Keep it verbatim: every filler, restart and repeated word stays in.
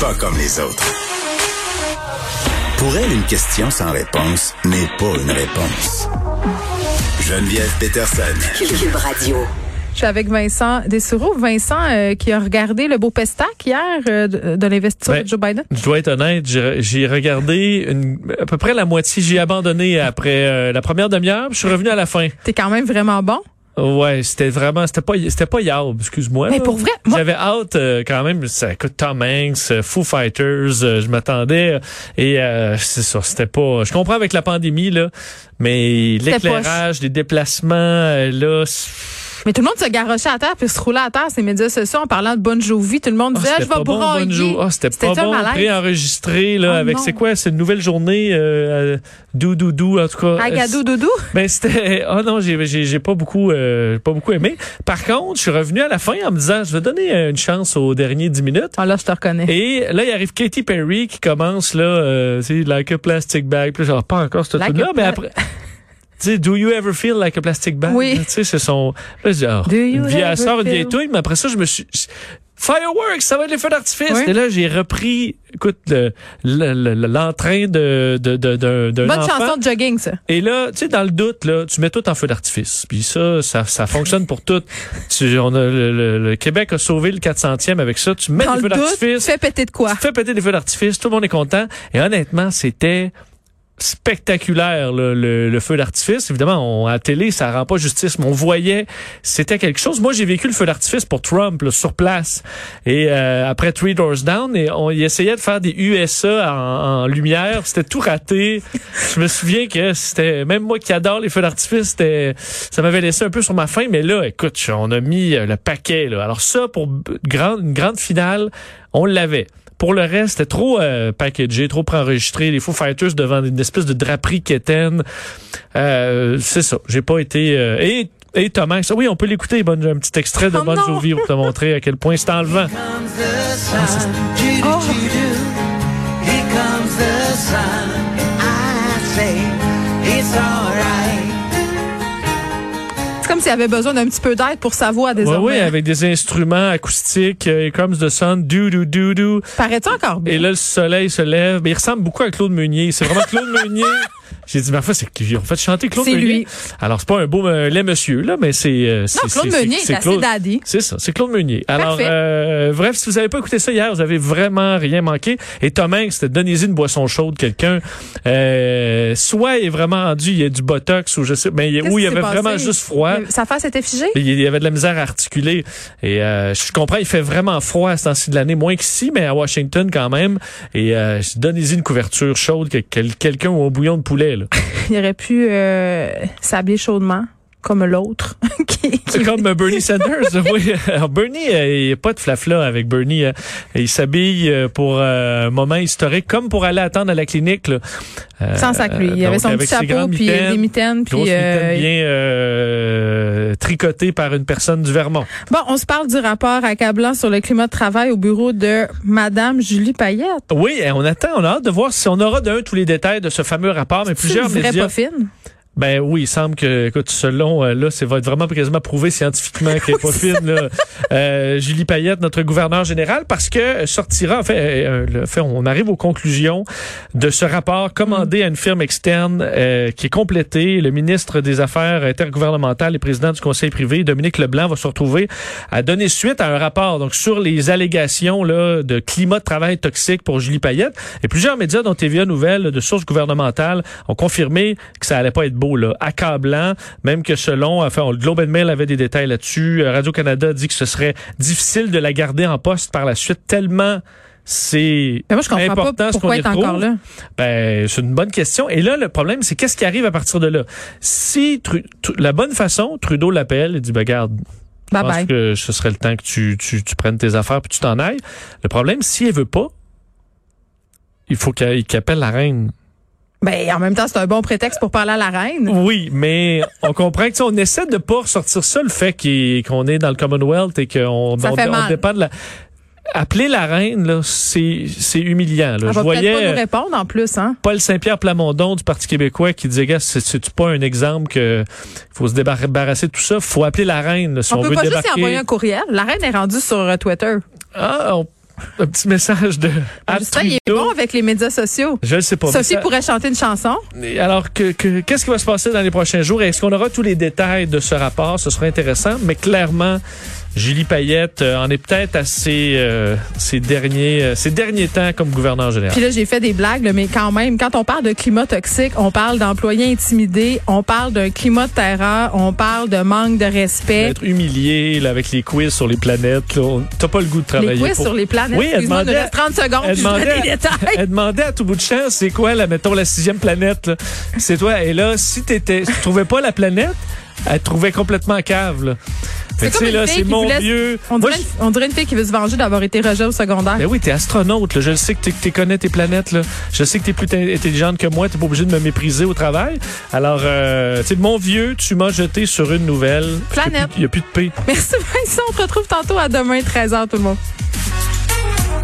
pas comme les autres. Pour elle, une question sans réponse n'est pas une réponse. Geneviève Peterson. Cube Radio. Je suis avec Vincent Dessureau. Vincent euh, qui a regardé le beau pestac hier euh, de, de l'investiture ben, de Joe Biden. Je dois être honnête, j'ai, j'ai regardé une, à peu près la moitié. J'ai abandonné après euh, la première demi-heure. Je suis revenu à la fin. T'es quand même vraiment bon. Ouais, c'était vraiment, c'était pas, c'était pas yard, excuse-moi. Mais là. pour vrai, moi... J'avais hâte euh, quand même. Ça écoute Tom Hanks, Foo Fighters. Euh, je m'attendais et euh, c'est ça, c'était pas. Je comprends avec la pandémie là, mais l'éclairage, les déplacements euh, là. Mais tout le monde se garochait à terre puis se roulait à terre ces médias sociaux en parlant de Bon Jovi. Tout le monde disait oh, ah, je vais bon, broyer. Bon oh, c'était, c'était pas bon, préenregistré là oh, avec non. c'est quoi, c'est une nouvelle journée euh, dou dou dou en tout cas. Agadou doudou. Ben c'était oh non, j'ai j'ai j'ai pas beaucoup euh, pas beaucoup aimé. Par contre, je suis revenu à la fin en me disant je vais donner une chance aux derniers dix minutes. Ah là, je te reconnais. Et là, il arrive Katy Perry qui commence là euh, c'est like a plastic bag. Puis genre pas encore cette like tune là, mais après tu sais, do you ever feel like a plastic bag? Oui. Tu sais, c'est son. Là, je dis, oh, une vieille, elle sort une vieille touille, mais après ça, je me suis. Fireworks, ça va être les feux d'artifice. Oui. Et là, j'ai repris, écoute, le, le, le, l'entrain de, de, de, de, d'un Bonne enfant. chanson de jogging, ça. Et là, tu sais, dans le doute, là, tu mets tout en feu d'artifice. Puis ça, ça, ça fonctionne pour tout. Tu, on a, le, le, le Québec a sauvé le quatre centième avec ça. Tu mets dans des feux doute, d'artifice. Tu fais péter de quoi? Tu fais péter des feux d'artifice. Tout le monde est content. Et honnêtement, c'était spectaculaire là, le, le feu d'artifice. Évidemment, on, à la télé, ça rend pas justice, mais on voyait, c'était quelque chose. Moi, j'ai vécu le feu d'artifice pour Trump là, sur place. Et euh, après Three Doors Down, et on il essayait de faire des U S A en, en lumière. C'était tout raté. Je me souviens que c'était, même moi qui adore les feux d'artifice, c'était, ça m'avait laissé un peu sur ma faim. Mais là, écoute, on a mis le paquet. Là. Alors ça, pour grande, une grande finale, on l'avait. Pour le reste, c'était trop euh, packagé, trop préenregistré. Les Foo Fighters devant une espèce de draperie quétaine. Euh, c'est ça. J'ai pas été... Euh, et, et Tom Hanks, oui, on peut l'écouter. Bon, un petit extrait de oh Bon Jovi pour te montrer à quel point c'est enlevant. Oh. Comme s'il avait besoin d'un petit peu d'aide pour sa voix désormais. Oui, oui, avec des instruments acoustiques. Here comes the sun, do do do do. Paraît-tu encore bien? Et là, le soleil se lève. Mais il ressemble beaucoup à Claude Meunier. C'est vraiment Claude Meunier. J'ai dit, ma foi, c'est qu'ils ont fait chanter Claude c'est Meunier. Lui. Alors, c'est pas un beau euh, lait monsieur, là, mais c'est... Euh, c'est non, Claude c'est, Meunier, c'est, c'est, c'est assez daddy. C'est ça, c'est Claude Meunier. Alors, Parfait. euh, bref, si vous avez pas écouté ça hier, vous avez vraiment rien manqué. Et Tom Hanks, c'était donnez-y une boisson chaude, quelqu'un. Euh, soit il est vraiment rendu, il y a du botox, ou je sais, mais où il y avait vraiment juste froid. Sa face était figée? Il y avait de la misère à articuler. Et euh, je comprends, il fait vraiment froid à ce temps-ci de l'année, moins qu'ici, mais à Washington quand même. Et euh, donnez-y une couverture chaude, que, que, quelqu'un ou un bouillon de poulet, là. Il aurait pu euh, s'habiller chaudement, comme l'autre. qui, qui... C'est comme Bernie Sanders. Oui. Alors Bernie, euh, il n'y a pas de flafla avec Bernie. Euh, il s'habille pour euh, un moment historique, comme pour aller attendre à la clinique. Là. Euh, Sans sac, lui. Il donc, avait son petit chapeau, puis des mitaines. Puis euh... bien euh, tricotées par une personne du Vermont. Bon, on se parle du rapport accablant sur le climat de travail au bureau de Madame Julie Payette. Oui, on attend, on a hâte de voir si on aura d'un tous les détails de ce fameux rapport. Mais c'est plusieurs une vraie médias... pas fine? Ben oui, il semble que, écoute, selon, euh, là, c'est va être vraiment quasiment prouvé scientifiquement qu'elle est pas fine, là. Euh, Julie Payette, notre gouverneur général, parce que sortira, en fait, euh, le fait, on arrive aux conclusions de ce rapport commandé à une firme externe euh, qui est complété. Le ministre des Affaires intergouvernementales et président du Conseil privé, Dominique Leblanc, va se retrouver à donner suite à un rapport, donc, sur les allégations, là, de climat de travail toxique pour Julie Payette. Et plusieurs médias, dont T V A Nouvelles, de sources gouvernementales, ont confirmé que ça allait pas être beau, là, accablant, même que selon, enfin, le Globe and Mail avait des détails là-dessus. Radio-Canada dit que ce serait difficile de la garder en poste par la suite, tellement c'est mais moi, je comprends important pas pourquoi ce qu'on elle est encore là. Ben, c'est une bonne question. Et là, le problème, c'est qu'est-ce qui arrive à partir de là? Si Tru- Tru- la bonne façon, Trudeau l'appelle et dit, ben, garde, je bye pense bye. que ce serait le temps que tu, tu, tu prennes tes affaires puis tu t'en ailles. Le problème, si elle veut pas, il faut qu'elle, qu'il appelle la reine. Ben, en même temps, c'est un bon prétexte pour parler à la reine. Oui, mais on comprend que, on essaie de pas ressortir ça, le fait qu'on est dans le Commonwealth et qu'on ça on, fait on, mal. on dépend de la... Appeler la reine, là, c'est, c'est humiliant. Là. Elle Je va voyais peut-être pas nous répondre en plus, hein. Paul Saint-Pierre Plamondon du Parti québécois qui disait, gars, c'est, c'est pas un exemple que faut se débarrasser de tout ça. Faut appeler la reine là, si on, on veut peut pas débarquer. juste y envoyer un courriel. La reine est rendue sur euh, Twitter. Ah, on... Un petit message de Justin, il est bon avec les médias sociaux. Je ne sais pas. Sophie ça... pourrait chanter une chanson. Alors, que, que, qu'est-ce qui va se passer dans les prochains jours? Est-ce qu'on aura tous les détails de ce rapport? Ce sera intéressant, mais clairement, Julie Payette euh, en est peut-être à ses, euh, ses, derniers, euh, ses derniers temps comme gouverneur général. Puis là, j'ai fait des blagues, là, mais quand même, quand on parle de climat toxique, on parle d'employés intimidés, on parle d'un climat de terreur, on parle de manque de respect. Être humilié là, avec les quiz sur les planètes. Là, on, t'as pas le goût de travailler. Les quiz pour... sur les planètes. Oui, elle Excuse-moi, demandait, il nous reste trente secondes, elle puis je donne demandait, des détails. Elle demandait à tout bout de champ, c'est quoi, là, mettons, la sixième planète. Là. C'est toi. Et là, si t'étais, si tu trouvais pas la planète, elle te trouvait complètement cave. Là. C'est comme une là, fille c'est qui mon voulait, vieux. On dirait, Moi, je... une, on dirait une fille qui veut se venger d'avoir été rejetée au secondaire. Ben oui, t'es astronaute. Là. Je le sais que tu connais tes planètes. Là. Je sais que t'es plus t- intelligente que moi. T'es pas obligé de me mépriser au travail. Alors, euh, tu sais, mon vieux, tu m'as jeté sur une nouvelle. Planète. Il n'y a, a plus de paix. Merci Vincent. On se retrouve tantôt à demain, treize heures tout le monde.